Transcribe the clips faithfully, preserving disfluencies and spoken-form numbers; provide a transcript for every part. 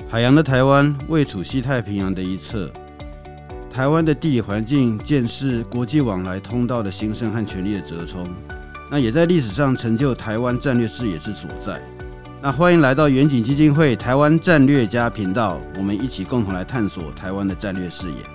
海洋的台湾位处西太平洋的一侧，台湾的地理环境见识国际往来通道的兴盛和权力的折冲，那也在历史上成就台湾战略视野之所在。那欢迎来到远景基金会台湾战略家频道，我们一起共同来探索台湾的战略视野。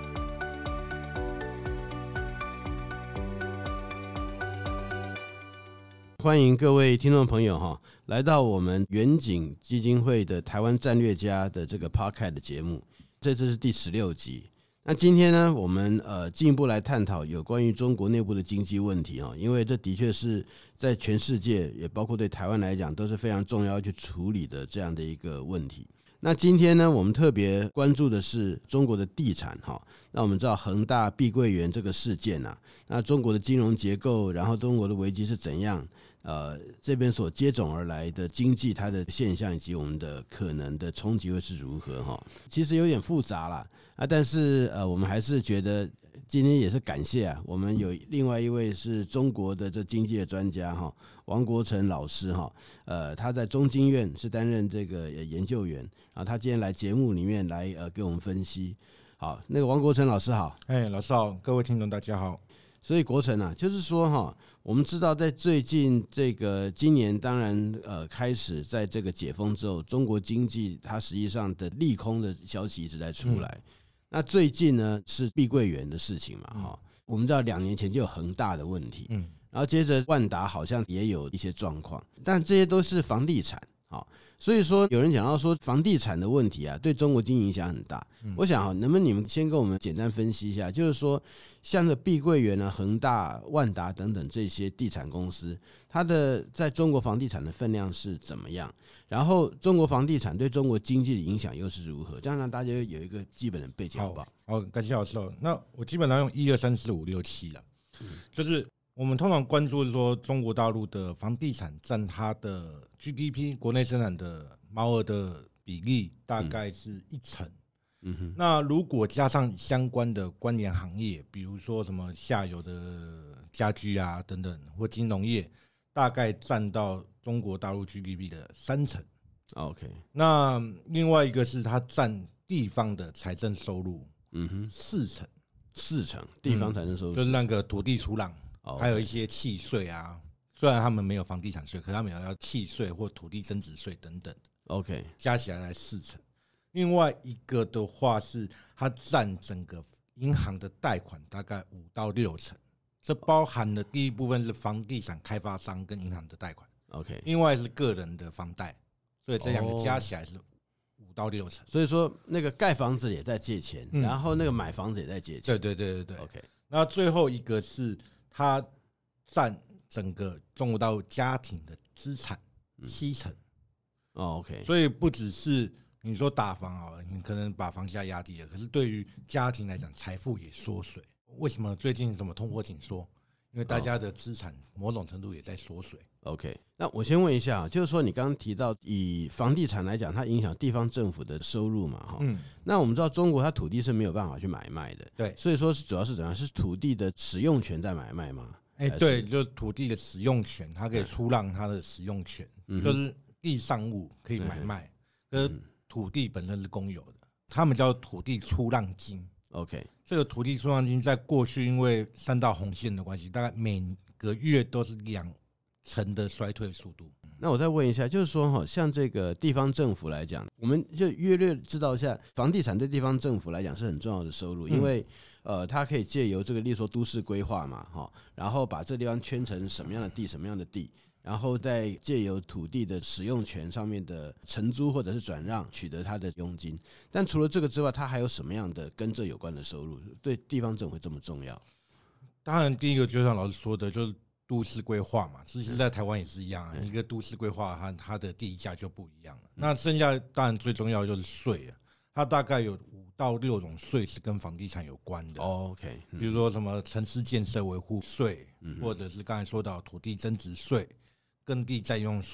欢迎各位听众朋友哈，来到我们远景基金会的台湾战略家的这个 Podcast 的节目，这次是第十六集。那今天呢，我们呃进一步来探讨有关于中国内部的经济问题哈，因为这的确是在全世界，也包括对台湾来讲，都是非常重要去处理的这样的一个问题。那今天呢，我们特别关注的是中国的地产哈。那我们知道恒大碧桂园这个事件啊，那中国的金融结构，然后中国的危机是怎样？呃，这边所接踵而来的经济它的现象以及我们的可能的冲击会是如何哈？其实有点复杂啦啊，但是呃，我们还是觉得今天也是感谢啊，我们有另外一位是中国的这经济的专家哈，王国成老师哈，呃，他在中经院是担任这个研究员啊，他今天来节目里面来呃给我们分析。好，那个王国成老师好， 哎，老师好，各位听众大家好。 所以国成啊，就是说哈，我们知道在最近这个今年，当然呃开始在这个解封之后，中国经济它实际上的利空的消息一直在出来。嗯、那最近呢是碧桂园的事情嘛哈、嗯，我们知道两年前就有恒大的问题，嗯，然后接着万达好像也有一些状况，但这些都是房地产。好，所以说有人讲到说房地产的问题啊，对中国经济影响很大。嗯、我想哈，能不能你们先跟我们简单分析一下，就是说像这碧桂园啊、恒大、万达等等这些地产公司，它的在中国房地产的分量是怎么样？然后中国房地产对中国经济的影响又是如何？这样让大家有一个基本的背景，好不好？ 好，感谢老师。那我基本上用一二三四五六七了，就是我们通常关注说中国大陆的房地产占它的 G D P 国内生产的毛额的比例大概是一成。嗯哼，那如果加上相关的关联行业，比如说什么下游的家居啊等等，或金融业，大概占到中国大陆 G D P 的三成。 OK， 那另外一个是它占地方的财政收入，嗯哼，四成， 四成地方财政收入、嗯， 就是那个土地出让。Oh, okay. 还有一些契税啊，虽然他们没有房地产税，可是他们也要契税或土地增值税等等 OK， 加起来才四成。另外一个的话是它占整个银行的贷款大概五到六成，这包含了第一部分是房地产开发商跟银行的贷款 ，OK， 另外是个人的房贷，所以这两个加起来是五到六成。 所以说那个盖房子也在借钱，嗯、然后那个买房子也在借钱。 对对对对对 ，OK。 那最后一个是它占整个中国大陆家庭的资产七成、 嗯哦、，OK， 所以不只是你说打房好了，你可能把房价压低了，可是对于家庭来讲，财富也缩水。为什么最近什么通货紧缩？因为大家的资产某种程度也在缩水。 OK， 那我先问一下，就是说你刚刚提到以房地产来讲，它影响地方政府的收入嘛，嗯，那我们知道中国它土地是没有办法去买卖的， 对， 所以说是主要是怎样？是土地的使用权在买卖吗？ 哎、欸，对，就是土地的使用权，它可以出让它的使用权，嗯、就是地上物可以买卖，可是土地本身是公有的，他们叫土地出让金。 OK， 这个土地出让金在过去因为三道红线的关系，大概每个月都是两成的衰退速度。 那我再问一下，就是说像这个地方政府来讲，我们就约略知道一下，房地产对地方政府来讲是很重要的收入，因为呃，它可以借由这个，例如说都市规划嘛，哈，然后把这地方圈成什么样的地，什么样的地，然后再借由土地的使用权上面的承租或者是转让，取得它的佣金。但除了这个之外，它还有什么样的跟这有关的收入，对地方政府这么重要？ 当然，第一个就像老师说的，就是都市规划嘛，其实在台湾也是一样、啊，一个都市规划和它的地价就不一样了。那剩下当然最重要的就是税啊，它大概有五到六种税是跟房地产有关的。 哦 OK， 比如说什么城市建设维护税，或者是刚才说到土地增值税、耕地占用税，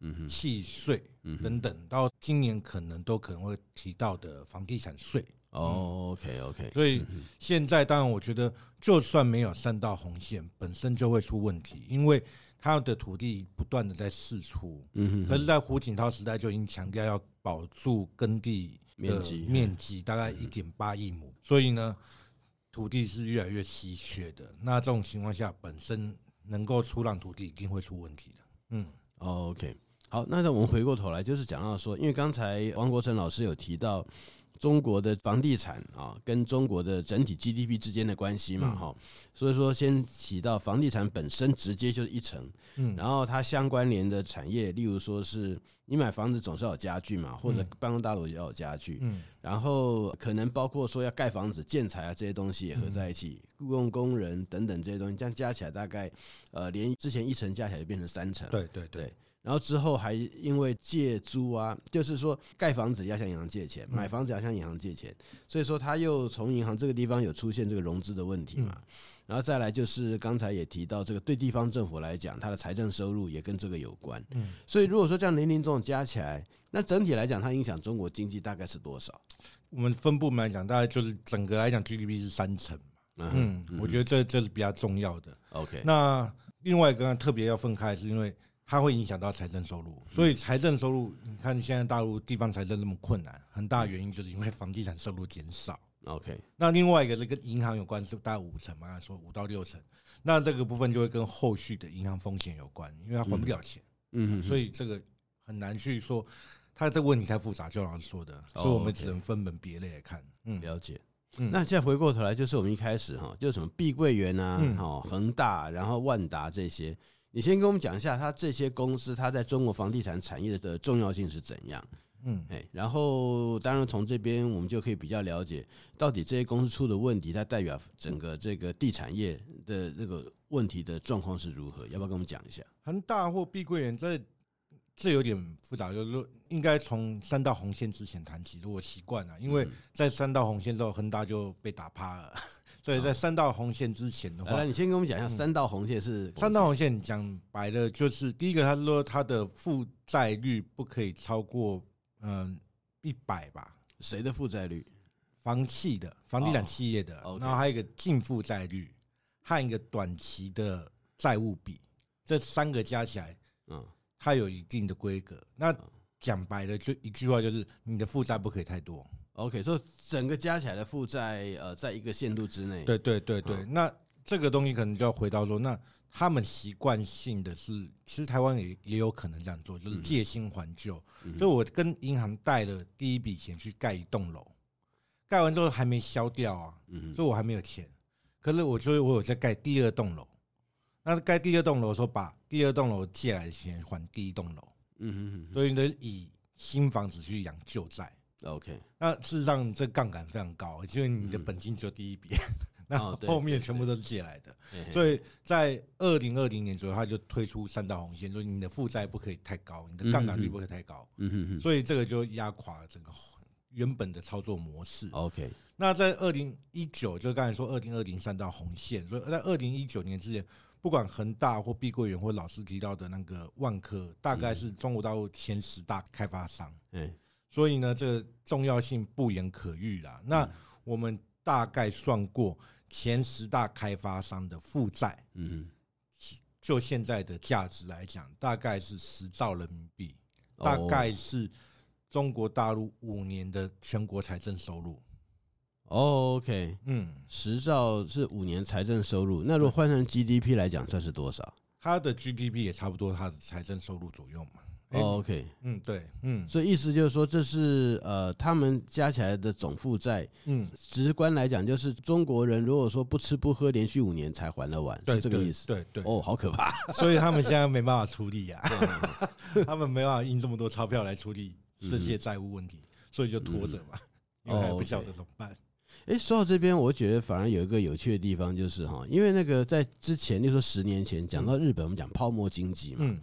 契税等等，到今年可能都可能会提到的房地产税。 哦 ，OK OK， 所以现在当然我觉得，就算没有三道红线，本身就会出问题，因为它的土地不断的在释出。嗯，可是，在胡锦涛时代就已经强调要保住耕地的面积，大概一点八亿亩，所以呢，土地是越来越稀缺的。那这种情况下，本身能够出让土地一定会出问题的。嗯， 哦 ，OK， 好，那我们回过头来就是讲到说，因为刚才王国成老师有提到。中国的房地产啊，跟中国的整体 G D P 之间的关系嘛，哈、嗯，所以说先提到房地产本身直接就是一层，嗯，然后它相关联的产业，例如说是你买房子总是要有家具嘛，或者办公大楼也要有家具，嗯，然后可能包括说要盖房子、建材啊这些东西也合在一起，雇佣工人等等这些东西，这样加起来大概呃，连之前一层加起来就变成三层， 对对 对, 对。然后之后还因为借租啊，就是说盖房子要向银行借钱，买房子要向银行借钱，所以说他又从银行这个地方有出现这个融资的问题嘛。然后再来就是刚才也提到，这个对地方政府来讲，它的财政收入也跟这个有关。所以如果说这样零零总总加起来，那整体来讲，它影响中国经济大概是多少？ 我们分部门来讲，大概就是整个来讲 G D P 是三成嘛。嗯，我觉得这这是比较重要的。 OK， 那另外一个特别要分开，是因为它会影响到财政收入，所以财政收入，你看现在大陆地方财政那么困难，很大原因就是因为房地产收入减少。 OK， 那另外一个是跟银行有关，是大概五成嘛，说五到六成，那这个部分就会跟后续的银行风险有关，因为它还不了钱，嗯，所以这个很难去说，它这个问题太复杂，就老师说的，所以我们只能分门别类来看。嗯， 了解。那现在回过头来，就是我们一开始哈，就是什么碧桂园啊、哦恒大，然后万达这些。你先跟我们讲一下，它这些公司它在中国房地产产业的重要性是怎样？嗯，哎，然后当然从这边我们就可以比较了解，到底这些公司出的问题，它代表整个这个地产业的这个问题的状况是如何？要不要跟我们讲一下？ 恒大或碧桂园这这有点复杂，就是说应该从三道红线之前谈起。如果习惯了，因为在三道红线之后，恒大就被打趴了。所以在三道红线之前的话， 来，你先跟我们讲一下三道红线是、嗯、 三道红线。讲白了就是第一个，他说他的负债率不可以超过嗯一百吧？ 谁的负债率？ 房企的，房地产企业的。哦 okay、然后还有一个净负债率和一个短期的债务比，这三个加起来，嗯，它有一定的规格。那讲白了就一句话，就是你的负债不可以太多。 OK， 所以整个加起来的负债，呃，在一个限度之内。 对对对对，嗯、那这个东西可能就要回到说，那他们习惯性的是，其实台湾也也有可能这样做，就是借新还旧。嗯、所以我跟银行贷了第一笔钱去盖一栋楼，盖完之后还没消掉啊，嗯、所以我还没有钱。可是我就我有在盖第二栋楼，那盖第二栋楼的时候，把第二栋楼借来的钱还第一栋楼。嗯嗯，所以呢，以新房子去养旧债。 OK， 那事实上这杠杆非常高，因为你的本金只有第一笔，嗯、那后面全部都是借来的，哦、所以在二零二零年左右，他就推出三道红线，说你的负债不可以太高，你的杠杆率不可以太高，嗯哼哼，所以这个就压垮了整个原本的操作模式。 OK， 那在二零一九，就刚才说二零二零三道红线，所以在二零一九年之前，不管恒大或碧桂园或老师提到的那个万科，大概是中国大陆前十大开发商，嗯。所以呢，这个重要性不言可喻啦。那我们大概算过前十大开发商的负债，嗯，就现在的价值来讲，大概是十兆人民币，大概是中国大陆五年的全国财政收入。 哦 ，OK， 嗯，十兆是五年财政收入，那如果换成 G D P 来讲，算是多少？ 它的 G D P 也差不多，它的财政收入左右嘛。 哦 ，OK， 嗯，对，嗯， 所以意思就是说，这是呃，他们加起来的总负债，嗯，直观来讲，就是中国人如果说不吃不喝，连续五年才还得完，是这个意思。 对 对, 对， 哦，好可怕， 所以他们现在没办法处理呀、啊，他们没办法印这么多钞票来处理这些债务问题，所以就拖着嘛，因为还不晓得怎么办。 哎，说到这边，我觉得反而有一个有趣的地方，就是哈，因为那个在之前，就说十年前讲到日本，我们讲泡沫经济嘛。嗯，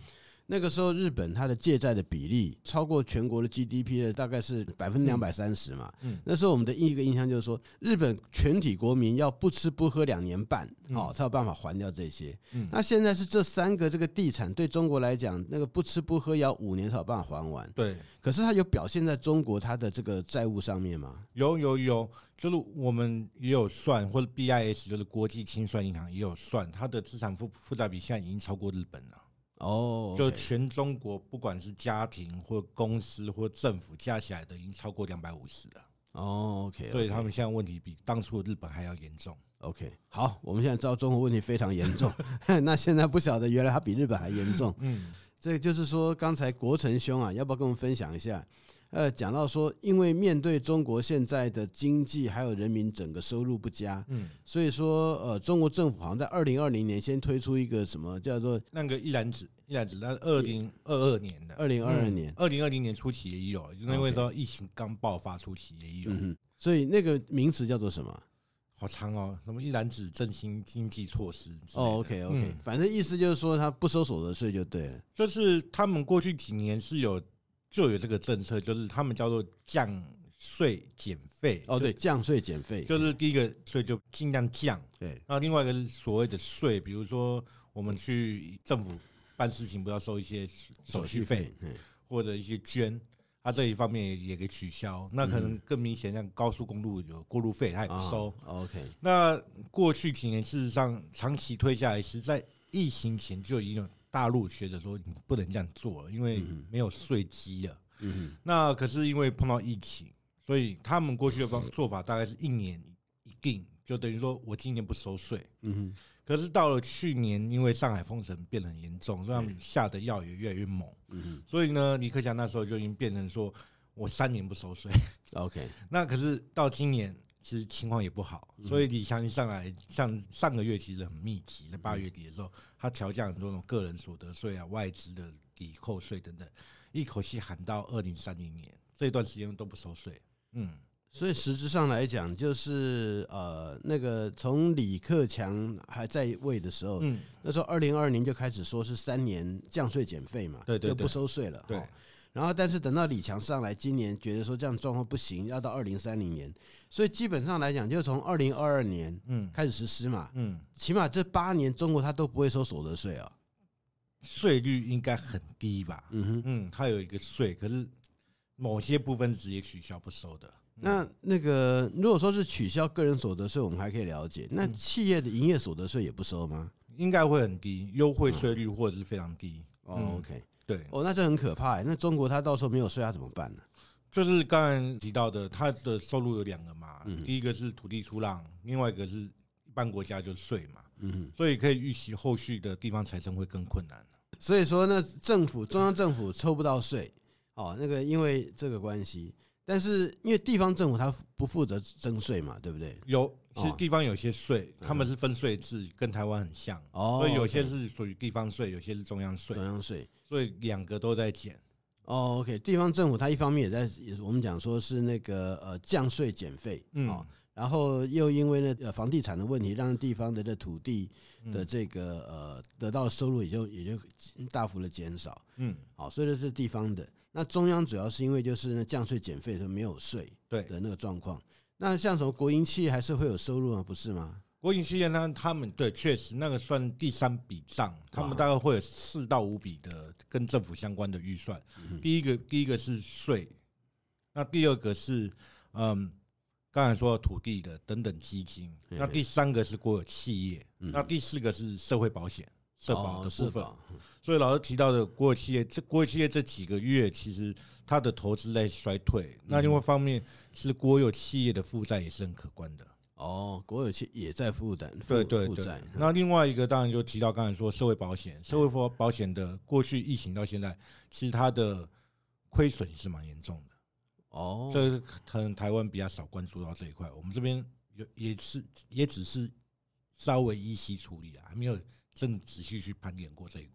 那个时候日本它的借债的比例超过全国的 G D P 的大概是百分之两百三十嘛。嗯嗯、那时候我们的一个印象就是说，日本全体国民要不吃不喝两年半，哦，才有办法还掉这些。嗯、那现在是这三个这个地产对中国来讲，那个不吃不喝也要五年才有办法还完。 对， 可是它有表现在中国它的这个债务上面吗？ 有有有，就是我们也有算，或者 B I S 就是国际清算银行也有算，它的资产负负债比现在已经超过日本了。 哦， oh, okay. 就全中国不管是家庭或公司或政府加起来的已经超过两百五十了。 哦 ，OK， 所以他们现在问题比当初的日本还要严重。 OK， 好，我们现在知道中国问题非常严重，那现在不晓得原来它比日本还严重。嗯，这就是说，刚才国成兄啊，要不要跟我们分享一下？呃，讲到说，因为面对中国现在的经济还有人民整个收入不佳，嗯，所以说，呃，中国政府好像在二零二零年先推出一个什么叫做那个一揽子，一揽子，那是二零二二年的， 二零二二年， 二零二零年初期也有，就是因为说疫情刚爆发初期也有， 嗯，所以那个名词叫做什么？ 好长哦，什么一揽子振兴经济措施。 哦 ，OK OK，嗯，反正意思就是说他不收所得税就对了。 就是他们过去几年是有。就有这个政策，就是他们叫做降税减费。 哦，对，降税减费， 就是第一个税就尽量降。对，那另外一个是所谓的税，比如说我们去政府办事情，不要收一些手续费，或者一些捐，它这一方面也给取消。那可能更明显，像高速公路有过路费，它也不收。 哦、OK， 那过去几年事实上长期推下来，是在疫情前就已经有。大陆学者说你不能这样做了，因为没有税基了。嗯，那可是因为碰到疫情，所以他们过去的做法大概是一年一定，就等于说我今年不收税。嗯，可是到了去年，因为上海封城变得很严重，所以他们下的药也越来越猛。嗯，所以呢，李克强那时候就已经变成说我三年不收税。 OK， 那可是到今年。其实情况也不好，所以李强一上来，像上个月其实很密集，在八月底的时候，他调降很多种个人所得税啊、外资的抵扣税等等，一口气喊到二零三零年这一段时间都不收税。嗯， 所以实质上来讲，就是呃，那个从李克强还在位的时候，嗯，那时候二零二二年就开始说是三年降税减费嘛， 对对对， 就不收税了， 对。 然后，但是等到李强上来，今年觉得说这样状况不行，要到二零三零年，所以基本上来讲，就从二零二二年嗯开始实施嘛，嗯，起码这八年中国它都不会收所得税啊， 税率应该很低吧？嗯哼，嗯，它有一个税，可是某些部分是直接取消不收的。 嗯、那那个如果说是取消个人所得税，我们还可以了解，那企业的营业所得税也不收吗？ 应该会很低，优惠税率或者是非常低。 哦、嗯 ，OK。 对哦，那这很可怕。那中国他到时候没有税，他怎么办呢？ 就是刚才提到的，他的收入有两个嘛，嗯、第一个是土地出让，另外一个是一般国家就是税嘛，嗯，所以可以预期后续的地方财政会更困难。 所以说，那政府中央政府抽不到税，哦，那个因为这个关系，但是因为地方政府它不负责征税嘛，对不对？ 有，其实地方有些税，他们是分税制，跟台湾很像，哦，所以有些是属于地方税，有些是中央税， 中央税。 所以两个都在减。 哦 ，OK， 地方政府它一方面也在，也是我们讲说是那个呃降税减费，嗯、哦，然后又因为呢呃房地产的问题，让地方的这土地的这个呃得到的收入也就也就大幅的减少，嗯，好，所以这是地方的。那中央主要是因为就是那降税减费的没有税的那个状况。那像什么国营企业还是会有收入吗？不是吗？ 国营企业呢，他们对确实那个算第三笔账，他们大概会有四到五笔的跟政府相关的预算。第一个，第一个是税，那第二个是嗯，刚才说的土地的等等基金，那第三个是国有企业，那第四个是社会保险、社保的部分。所以老师提到的国有企业，这国有企业这几个月其实它的投资在衰退，那另外一方面是国有企业的负债也是很可观的。 哦，国有企也在负担， 对对对。那另外一个当然就提到刚才说社会保险，社会保险的过去疫情到现在，其实它的亏损也是蛮严重的。哦，这可能台湾比较少关注到这一块，我们这边有也是也只是稍微依稀处理啊，还没有正仔细去盘点过这一块。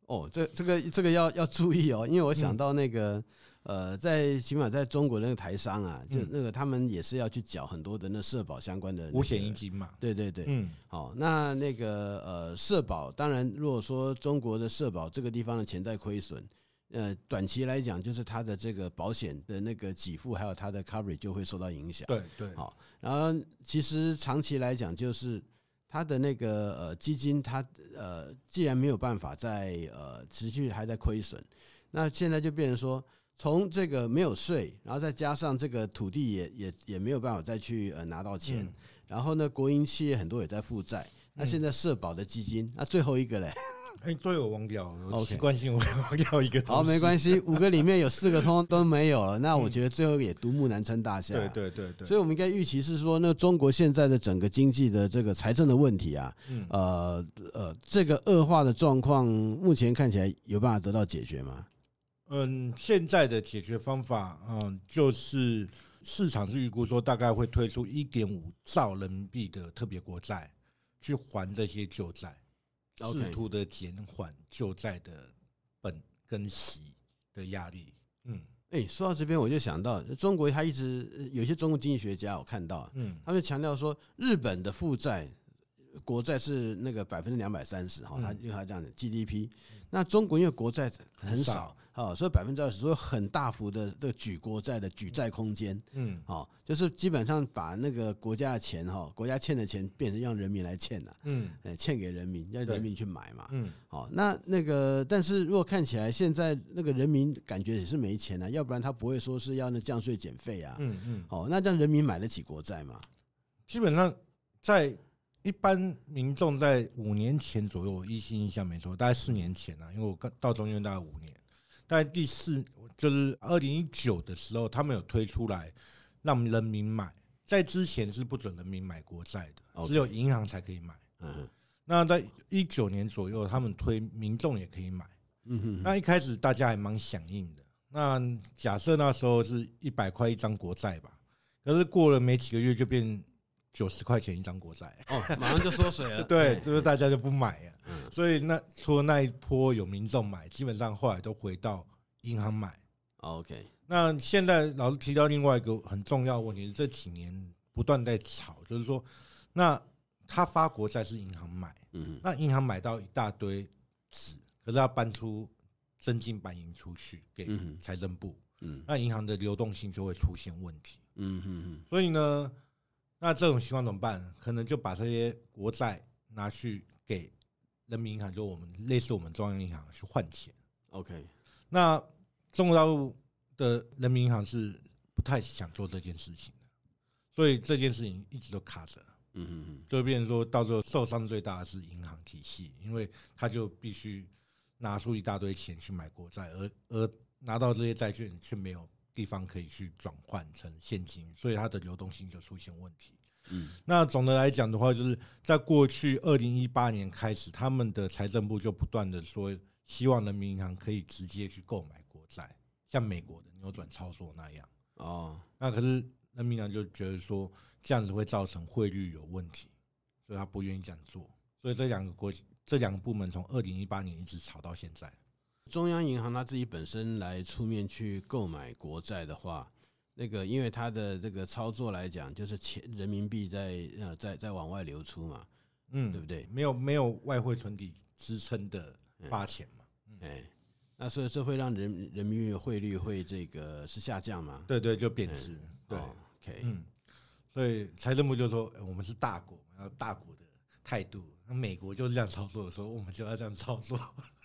哦，这这个这个要要注意哦，因为我想到那个、嗯、呃，在起码在中国的那个台商啊，就那个他们也是要去缴很多的那社保相关的、那個、 五险一金嘛。 对对对， 嗯， 好，那那个呃社保，当然如果说中国的社保这个地方的潜在亏损。呃，短期来讲，就是它的这个保险的那个给付，还有它的 coverage 就会受到影响。 对对， 好，然后其实长期来讲，就是它的那个呃基金它，呃既然没有办法在呃持续还在亏损，那现在就变成说，从这个没有税，然后再加上这个土地也也也没有办法再去呃拿到钱，嗯、然后呢，国营企业很多也在负债，那现在社保的基金，那最后一个嘞。 哎，最后我忘掉了，习惯性我忘掉一个东西。 好，没关系，五个里面有四个通都没有了，那我觉得最后一个也独木难撑大夏。 对对对对， 所以我们应该预期是说，那中国现在的整个经济的这个财政的问题啊，呃呃，这个恶化的状况，目前看起来有办法得到解决吗？ 嗯，现在的解决方法，嗯，就是市场是预估说大概会推出一点五兆人民币的特别国债，去还这些旧债。试图的减缓旧债的本跟息的压力。嗯， 哎、欸，说到这边我就想到，中国他一直有些中国经济学家我看到，嗯，他们强调说，日本的负债国债是那个百分之两百三十哈，他因为他这样的 G D P， 那中国因为国债很少，好，所以百分之二十，所以很大幅的这个举国债的举债空间，嗯，好，就是基本上把那个国家的钱哈，国家欠的钱变成让人民来欠了，嗯，欠给人民，让人民去买嘛，嗯，好，那那个，但是如果看起来现在那个人民感觉也是没钱啊，要不然他不会说是要那降税减费啊，嗯嗯，好，那这样人民买得起国债吗？ 基本上在。一般民众在五年前左右，我依稀印象没错，大概四年前啊，因为我到中院大概五年，大概第四就是二零一九的时候，他们有推出来让人民买，在之前是不准人民买国债的，只有银行才可以买。嗯，那在一九年左右，他们推民众也可以买。嗯哼，那一开始大家还蛮响应的。那假设那时候是一百块一张国债吧，可是过了没几个月就变。九十块钱一张国债， 哦，马上就缩水了。 对，就是大家就不买了。嗯，所以那除了那一波有民众买，基本上后来都回到银行买。 OK， 那现在老师提到另外一个很重要的问题，这几年不断在吵，就是说，那他发国债是银行买，嗯，那银行买到一大堆纸，可是他搬出真金白银出去给财政部，嗯，那银行的流动性就会出现问题。嗯嗯嗯，所以呢。那这种情况怎么办？可能就把这些国债拿去给人民银行，就我们类似我们中央银行去换钱。 OK， 那中国大陆的人民银行是不太想做这件事情的，所以这件事情一直都卡着。嗯嗯嗯，就变成说到最后受伤最大的是银行体系，因为他就必须拿出一大堆钱去买国债，而而拿到这些债券却没有地方可以去转换成现金，所以它的流动性就出现问题。嗯，那总的来讲的话，就是在过去二零一八年开始，他们的财政部就不断的说，希望人民银行可以直接去购买国债，像美国的扭转操作那样。哦，那可是人民银行就觉得说这样子会造成汇率有问题，所以他不愿意这样做。所以这两个国这两个部门从二零一八年一直吵到现在。 中央银行它自己本身来出面去购买国债的话，那个因为它的这个操作来讲，就是钱人民币在呃在在往外流出嘛，嗯，对不对？ 没有没有外汇存底支撑的发钱嘛， 哎、嗯，那所以这会让人人民币汇率会这个是下降嘛？ 对对，就贬值。嗯、对、 哦、，OK， 嗯，所以财政部就说、欸、我们是大国，要大国的态度。那美国就这样操作的时候，我们就要这样操作。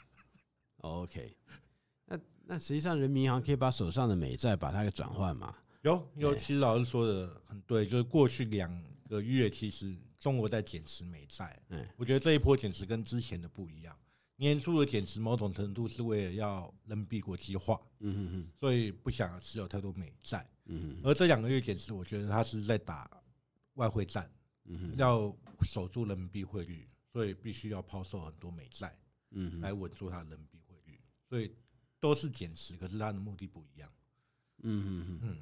OK， 那那实际上人民银行可以把手上的美债把它给转换嘛？ 有有，其实老师说的很对，就是过去两个月其实中国在减持美债，嗯，我觉得这一波减持跟之前的不一样。年初的减持某种程度是为了要人民币国际化，嗯哼哼，所以不想持有太多美债，嗯哼，而这两个月减持，我觉得他是在打外汇战，嗯哼，要守住人民币汇率，所以必须要抛售很多美债，嗯哼，来稳住它的人民币。所以都是减持，可是它的目的不一样。嗯嗯嗯。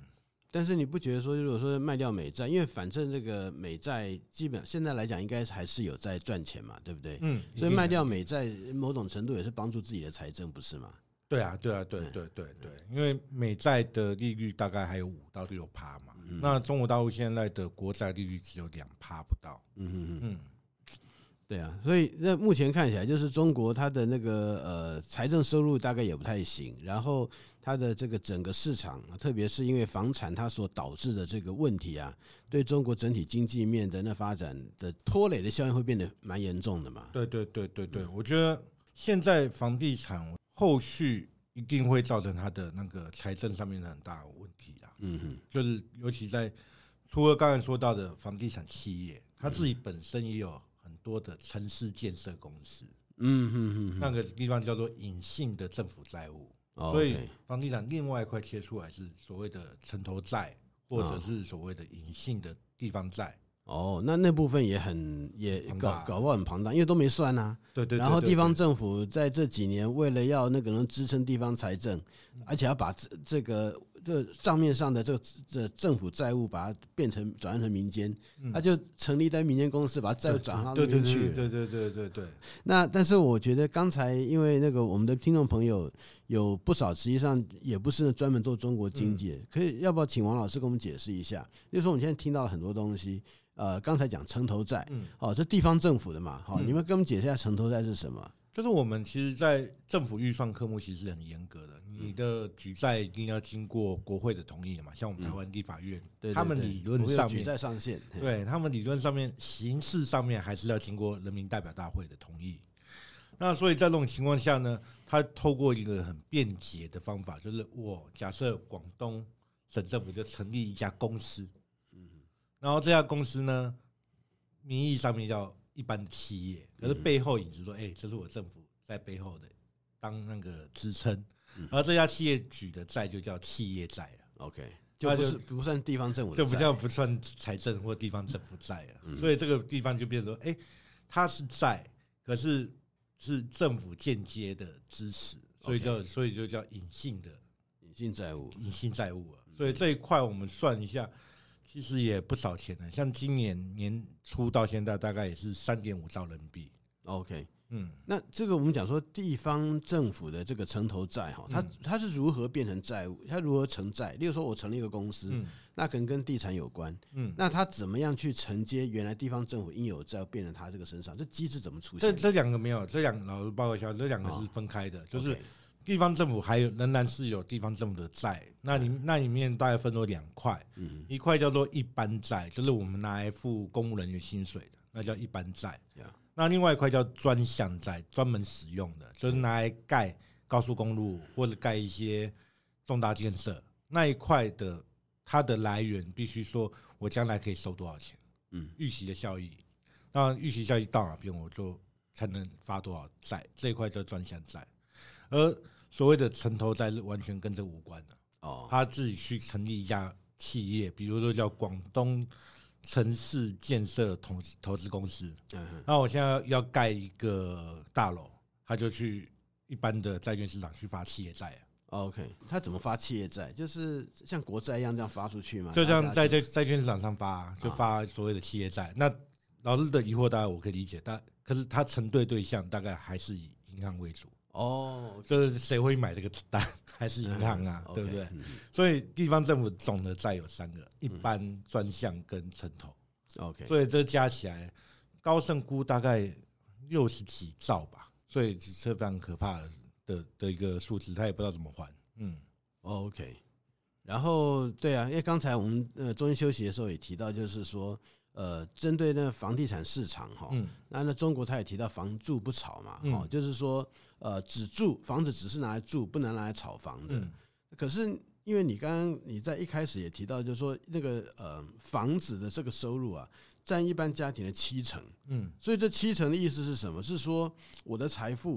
但是你不觉得说，如果说卖掉美债，因为反正这个美债基本现在来讲，应该还是有在赚钱嘛，对不对？ 嗯， 所以卖掉美债，某种程度也是帮助自己的财政，不是吗？ 对啊，对啊，对对对对，因为美债的利率大概还有五到六趴嘛，嗯、那中国大陆现在的国债利率只有两趴不到。嗯嗯嗯。 对啊，所以那目前看起来，就是中国它的那个呃财政收入大概也不太行，然后它的这个整个市场，特别是因为房产它所导致的这个问题啊，对中国整体经济面的那发展的拖累的效应会变得蛮严重的嘛。 对对对对对，我觉得现在房地产后续一定会造成它的那个财政上面的很大的问题啊。嗯哼，就是尤其在除了刚才说到的房地产企业，它自己本身也有很多的城市建设公司，嗯哼哼，那个地方叫做隐性的政府债务，哦、所以房地产另外一块切出来是所谓的城投债，或者是所谓的隐性的地方债。 哦，那那部分也很也搞搞不好很庞大，因为都没算啊。 对 对, 对, 对, 对。 然后地方政府在这几年为了要那个能支撑地方财政，而且要把这这个这账面上的这个这政府债务把它变成转换成民间，他就成立一家民间公司，把债务转到那边去。 对对对对对。 那但是我觉得刚才因为那个我们的听众朋友有不少，实际上也不是专门做中国经济，可以要不要请王老师跟我们解释一下？就是说我们现在听到了很多东西。呃，刚才讲城投债，嗯，哦，这地方政府的嘛，好、哦，你们跟我们解释一下城投债是什么？ 就是我们其实，在政府预算科目其实很严格的，你的举债一定要经过国会的同意的嘛，像我们台湾立法院，嗯、他们理论上面举债上限， 对他们理论上面、形式上面还是要经过人民代表大会的同意。那所以在这种情况下呢，他透过一个很便捷的方法，就是我假设广东省政府就成立一家公司。然后这家公司呢，名义上面叫一般的企业，可是背后隐是说，哎、欸，这是我政府在背后的当那个支撑。而这家企业举的债就叫企业债了。 OK， 就不是不算地方政府的债， 就不叫不算财政或地方政府债了。嗯、所以这个地方就变成说，哎、欸，它是债，可是是政府间接的支持，所以叫所以就叫隐性的隐性债务， 隐性债务啊。所以这一块我们算一下。其实也不少钱呢，像今年年初到现在，大概也是三点五兆人民币。 OK， 嗯，那这个我们讲说地方政府的这个城投债哈，它它是如何变成债务？它如何承债？例如说，我成立一个公司，嗯、那可能跟地产有关，嗯，那它怎么样去承接原来地方政府应有的债，变成它这个身上？这机制怎么出现？ 这这两个没有，这两老师报告一下，这两个是分开的，哦、就是。Okay，地方政府还有仍然是有地方政府的债，那里那里面大概分作两块，嗯、一块叫做一般债，就是我们拿来付公务人员薪水的，那叫一般债。Yeah. 那另外一块叫专项债，专门使用的，就是拿来盖高速公路或者盖一些重大建设。那一块的它的来源必须说我将来可以收多少钱，嗯，预期的效益。那预期效益到哪边我就才能发多少债，这一块叫专项债。而所谓的城投债是完全跟这无关的哦，他自己去成立一家企业，比如说叫广东城市建设投投资公司。嗯，那我现在要盖一个大楼，他就去一般的债券市场去发企业债。 OK， 他怎么发企业债？就是像国债一样这样发出去吗？ 就像在债债券市场上发，就发所谓的企业债。那老师的疑惑大概我可以理解，但可是他承兑对象大概还是以银行为主。哦，就是谁会买这个单？还是银行啊，嗯、对不对？嗯、所以地方政府总的债有三个：一般、专项跟城投。OK， 所以这加起来，高盛估大概六十几兆吧，所以是非常可怕的的的一个数字，他也不知道怎么还。嗯 ，OK。然后对啊，因为刚才我们呃中间休息的时候也提到，就是说。呃，针对那房地产市场哈，嗯、那那中国他也提到房住不炒嘛，嗯、就是说呃，只住房子只是拿来住，不能拿来炒房的。嗯、可是因为你刚刚你在一开始也提到，就是说那个呃房子的这个收入啊，占一般家庭的七成，嗯，所以这七成的意思是什么？是说我的财富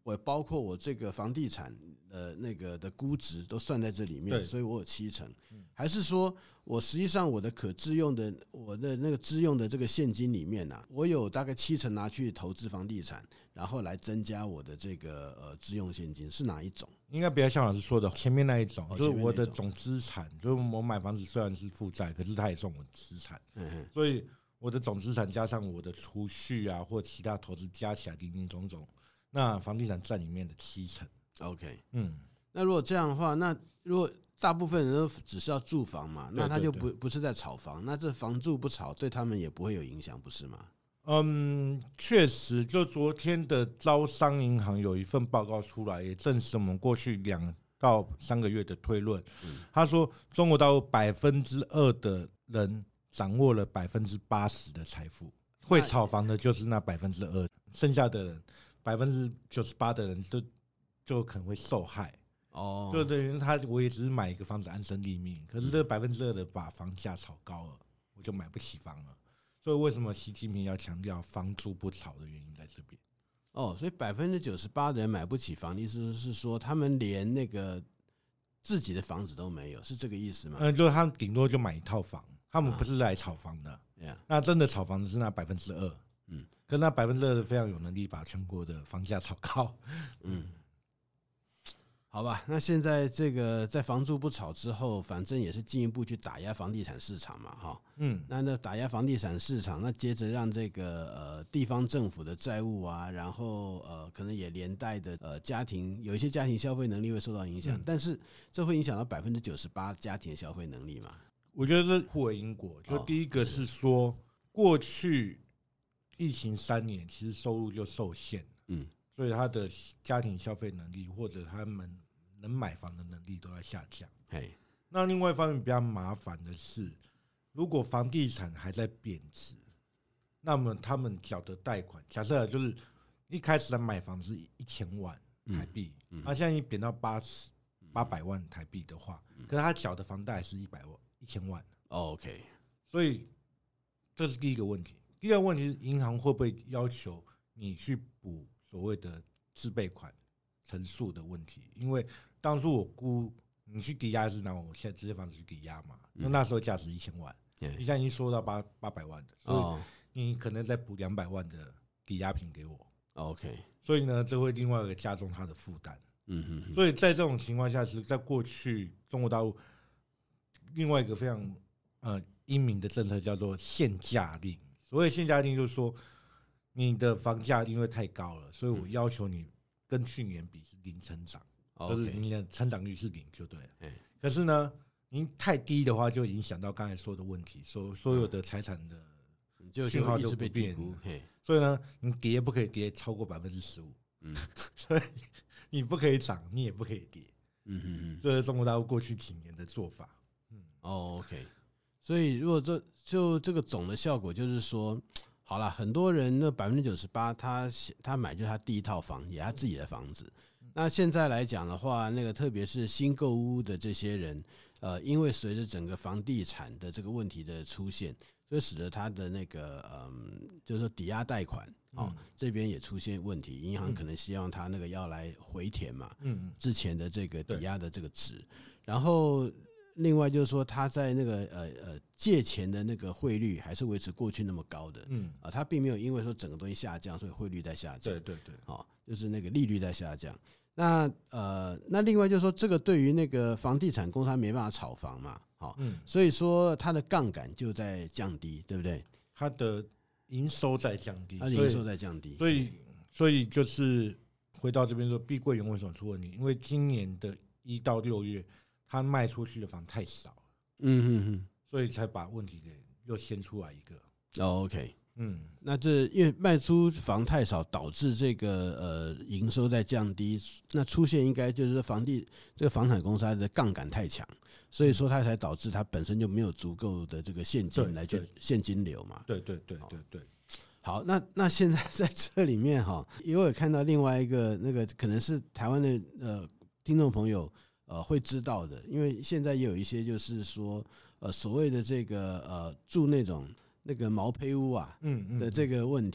我包括我这个房地产的那个的估值都算在这里面，所以我有七成。还是说我实际上我的可支用的我的那个支用的这个现金里面啊，我有大概七成拿去投资房地产，然后来增加我的这个呃支用现金，是哪一种？ 应该比较像老师说的前面那一种，就是我的总资产，就是我买房子虽然是负债，可是它也算我的资产，所以我的总资产加上我的储蓄啊或其他投资加起来，林林总总，那房地产占里面的七成。 OK， 嗯， 那如果这样的话，那如果大部分人都只是要住房嘛，那他就不不是在炒房，那这房住不炒对他们也不会有影响，不是吗？ 嗯，确实，就昨天的招商银行有一份报告出来，也证实我们过去两到三个月的推论。他说，中国大陆百分之二的人掌握了百分之八十的财富，会炒房的就是那百分之二，剩下的人百分之九十八的人就就可能会受害。哦，就等于他，我也只是买一个房子安身立命，可是这百分之二的把房价炒高了，我就买不起房了。所以为什么习近平要强调房住不炒的原因在这边？ 哦，所以百分之九十八的人买不起房，意思是说他们连那个自己的房子都没有，是这个意思吗？ 嗯，就是他们顶多就买一套房，他们不是来炒房的。啊、那真的炒房的是那百分之二，嗯，跟那百分之二的非常有能力把全国的房价炒高，嗯。 好吧，那现在这个在房住不炒之后，反正也是进一步去打压房地产市场嘛，哈，嗯，那那打压房地产市场，那接着让这个呃地方政府的债务啊，然后呃可能也连带的呃家庭有一些家庭消费能力会受到影响，嗯、但是这会影响到百分之九十八家庭的消费能力嘛？ 我觉得是互为因果。就第一个是说，过去疫情三年，其实收入就受限，嗯。所以他的家庭消费能力或者他们能买房的能力都在下降。那另外一方面比较麻烦的是，如果房地产还在贬值，那么他们缴的贷款，假设就是一开始他买房是一千万台币，那现在已贬到八十八百万台币的话，可是他缴的房贷是一百万一千万。 OK， 所以这是第一个问题。第二个问题是，银行会不会要求你去补所谓的自备款成数的问题？因为当初我估你去抵押是拿我现在这些房子去抵押嘛，那那时候价值一千万，你现在已经收到八八百万的，所以你可能再补两百万的抵押品给我。 OK， 所以呢，这会另外一个加重他的负担。嗯哼，所以在这种情况下，其实在过去中国大陆另外一个非常呃英明的政策叫做限价令。所谓限价令，就是说，你的房价因为太高了，所以我要求你跟去年比是零成长，就是你的成长率是零就对了。可是呢，您太低的话，就影响到刚才说的问题，所所有的财产的讯号就不变。所以呢，你跌不可以跌超过百分之十五，嗯，所以你不可以涨，你也不可以跌。嗯嗯嗯，这是中国大陆过去几年的做法。 嗯，哦 ，OK， 所以如果这就这个总的效果就是说。好了，很多人那百分之九十八，他他买就是他第一套房，也他自己的房子。那现在来讲的话，那个特别是新购屋的这些人，呃，因为随着整个房地产的这个问题的出现，所以使得他的那个嗯，就是说抵押贷款哦，这边也出现问题，银行可能希望他那个要来回填嘛，嗯，之前的这个抵押的这个值，然后。另外就是说，他在那个呃呃借钱的那个汇率还是维持过去那么高的，嗯啊，他并没有因为说整个东西下降，所以汇率在下降， 对对对， 哦，就是那个利率在下降。那呃，那另外就是说，这个对于那个房地产公司他没办法炒房嘛，好，嗯，所以说它的杠杆就在降低，对不对？ 它的营收在降低， 它的营收在降低， 所以所以就是回到这边说，碧桂园为什么出问题？因为今年的一到六月。他卖出去的房太少了，嗯哼哼，所以才把问题给又掀出来一个。 哦 ，OK， 嗯，那这因为卖出房太少，导致这个呃营收在降低，那出现应该就是房地这个房产公司它的杠杆太强，所以说它才导致它本身就没有足够的这个现金来去现金流嘛。 对对对对对。 好，那那现在在这里面哈，也有看到另外一个那个可能是台湾的呃听众朋友。呃，会知道的，因为现在也有一些就是说，呃，所谓的这个呃住那种那个毛坯屋啊的这个问题。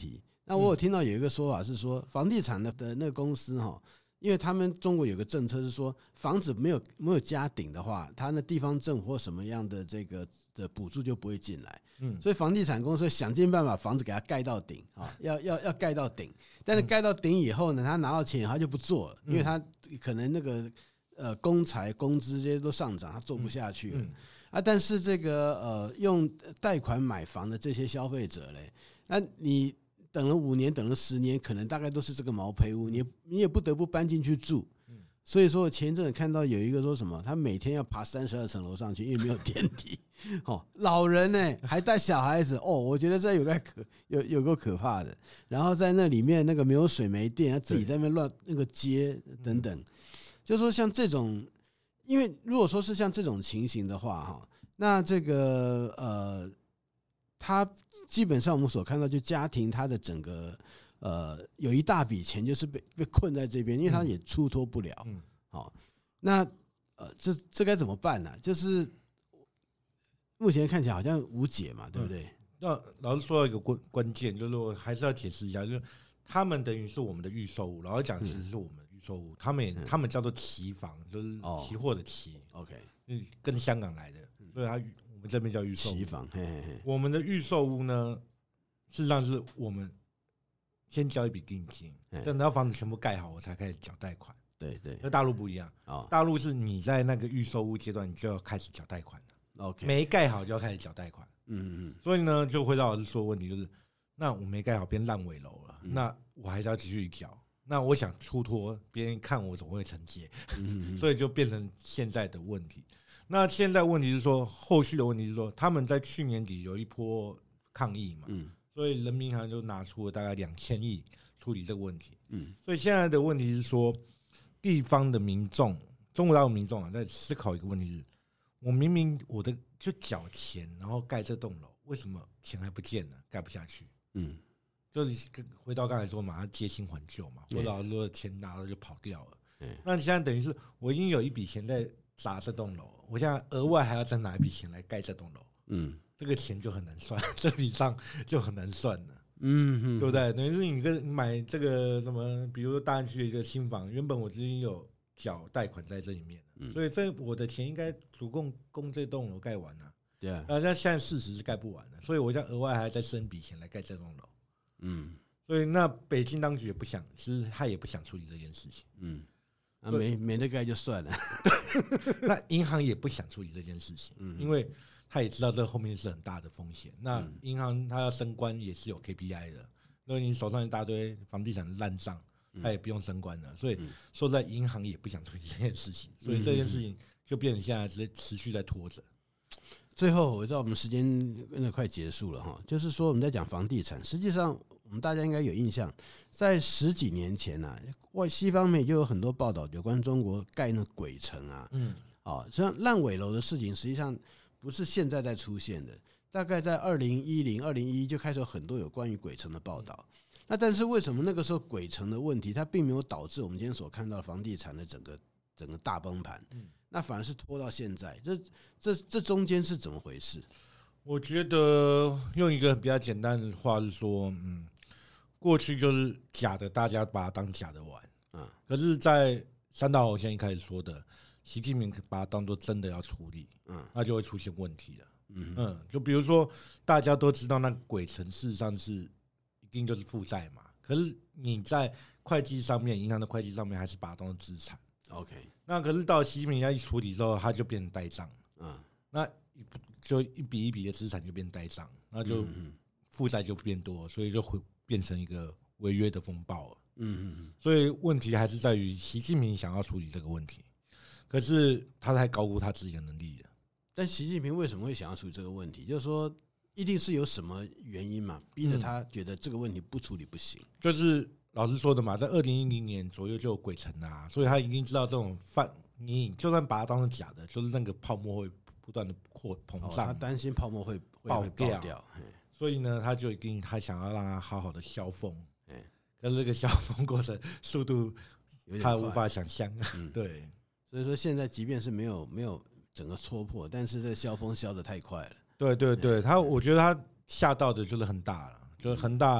那我有听到有一个说法是说，房地产的的那个公司哈，因为他们中国有个政策是说，房子没有没有加顶的话，它那地方政府或什么样的这个的补助就不会进来。嗯，所以房地产公司想尽办法房子给它盖到顶啊，要要要盖到顶。但是盖到顶以后呢，他拿到钱以后他就不做了，因为他可能那个呃工材、工资这些都上涨，他做不下去了。啊，但是这个呃用贷款买房的这些消费者嘞，那你等了五年，等了十年，可能大概都是这个毛坯屋，你你也不得不搬进去住。所以说我前一阵子看到有一个说什么，他每天要爬三十二层楼上去，因为没有电梯。哦，老人呢、欸、还带小孩子，哦，我觉得这有个可有有个可怕的。然后在那里面那个没有水没电，他自己在那边乱那个接等等，就说像这种，因为如果说是像这种情形的话，哈，那这个呃，他基本上我们所看到，就家庭他的整个。呃，有一大笔钱就是被被困在这边，因为他也出脱不了。嗯，好，那呃，这这该怎么办呢、啊？就是目前看起来好像无解嘛，对不对？ 那老师说到一个关关键，就是我还是要解释一下，就是他们等于是我们的预售屋，老实讲其实是我们的预售屋，他们也他们叫做期房，就是期货的期。OK， 跟香港来的，所以他我们这边叫预售期房。嘿嘿嘿，我们的预售屋呢，事实上是我们。先交一笔定金，等到房子全部盖好，我才开始缴贷款。 对对， 那大陆不一样，大陆是你在那个预售屋阶段，你就要开始缴贷款了。 OK， 没盖好就要开始缴贷款。嗯嗯，所以呢，就回到老师说的问题，就是那我没盖好变烂尾楼了，那我还是要继续缴。那我想出脱，别人看我总会承接，所以就变成现在的问题。那现在问题是说，后续的问题是说，他们在去年底有一波抗议嘛。嗯。所以人民银行就拿出了大概两千亿处理这个问题。嗯，所以现在的问题是说，地方的民众，中国大陆民众啊，在思考一个问题是：我明明我的就缴钱，然后盖这栋楼，为什么钱还不见呢？盖不下去。嗯，就是回到刚才说嘛，他借新还旧嘛，或者老师说钱拿了就跑掉了。嗯，那现在等于是我已经有一笔钱在砸这栋楼，我现在额外还要再拿一笔钱来盖这栋楼。嗯。这个钱就很难算，这笔账就很难算了，嗯哼，对不对？等于是你跟买这个什么，比如说大安区的一个新房，原本我已经有缴贷款在这里面了，所以这我的钱应该足够供这栋楼盖完了。对啊，那现在事实是盖不完的，所以我现在额外还要再生笔钱来盖这栋楼。嗯，所以那北京当局也不想，其实他也不想处理这件事情。嗯， 啊没没得盖就算了。 那银行也不想处理这件事情，因为。他也知道这后面是很大的风险。那银行他要升官也是有 K P I 的，如果你手上一大堆房地产的烂账，他也不用升官了。所以说，在银行也不想处理这件事情，所以这件事情就变成现在直接持续在拖着。 最后，我知道我们时间那快结束了哈，就是说我们在讲房地产，实际上我们大家应该有印象，在十几年前啊，外西方面就有很多报道有关中国盖那鬼城啊，嗯，啊，像烂尾楼的事情，实际上。不是现在在出现的，大概在二零一零、二零一一就开始有很多有关于鬼城的报道。那但是为什么那个时候鬼城的问题，它并没有导致我们今天所看到的房地产的整个整个大崩盘？那反而是拖到现在，这这这中间是怎么回事？ 我觉得用一个比较简单的话是说，嗯，过去就是假的，大家把它当假的玩啊。可是，在三大侯先一开始说的。习近平把它当作真的要处理，嗯，那就会出现问题了，嗯嗯，就比如说大家都知道那鬼城事实上是一定就是负债嘛，可是你在会计上面，银行的会计上面还是把它当作资产 ，OK， 那可是到习近平要一处理之后，它就变成呆账，嗯，那就一笔一笔的资产就变呆账，那就负债就变多，所以就会变成一个违约的风暴了，嗯嗯，所以问题还是在于习近平想要处理这个问题。可是他太高估他自己的能力了。 但习近平为什么会想要处理这个问题？就是说，一定是有什么原因嘛，逼着他觉得这个问题不处理不行。 就是老实说的嘛，在二零一零年左右就有鬼城啊，所以他已经知道这种犯，你就算把它当成假的，就是那个泡沫会不断的扩膨胀、哦， 他担心泡沫会爆掉， 爆掉所以呢，他就一定他想要让它好好的消风。可是这个消风过程速度，他无法想象。嗯、对。 所以说，现在即便是没有没有整个戳破，但是这消风消得太快了。 对对对，他我觉得他吓到的就是恒大了，就是恒大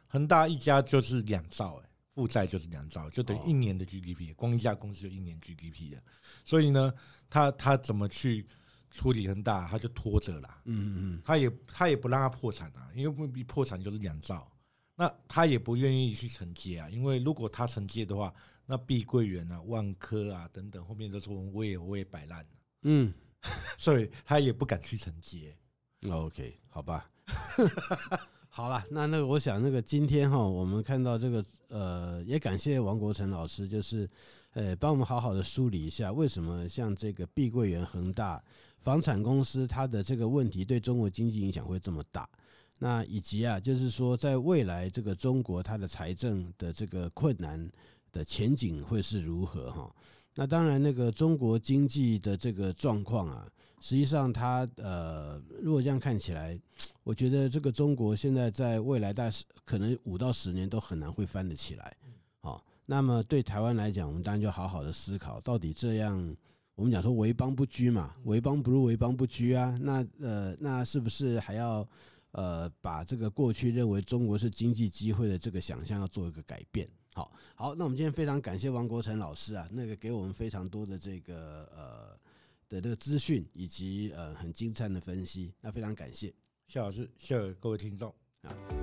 恒大一家就是两兆、欸，负债就是两兆，就等于一年的 G D P，、哦、光一家公司就一年 G D P 了。所以呢，他他怎么去处理恒大，他就拖着啦。嗯嗯嗯，他也他也不让他破产啊，因为一破产就是两兆。那他也不愿意去承接啊，因为如果他承接的话，那碧桂园啊、万科啊等等，后面都说我也我也摆烂了，嗯，所以他也不敢去承接。 OK， 好吧，好了，那那个我想那个今天哈，我们看到这个呃，也感谢王国成老师，就是呃帮我们好好的梳理一下，为什么像这个碧桂园、恒大房产公司它的这个问题对中国经济影响会这么大。那以及啊，就是说，在未来这个中国它的财政的这个困难的前景会是如何哈？那当然，那个中国经济的这个状况啊，实际上它呃，如果这样看起来，我觉得这个中国现在在未来大可能五到十年都很难会翻得起来。好，那么对台湾来讲，我们当然就好好的思考，到底这样。我们讲说为邦不居嘛，为邦不入，为邦不居啊。那呃，那是不是还要？呃，把这个过去认为中国是经济机会的这个想象要做一个改变。好，好，那我们今天非常感谢王国成老师啊，那个给我们非常多的这个呃的这个资讯以及呃很精湛的分析，那非常感谢谢老师，谢谢各位听众啊。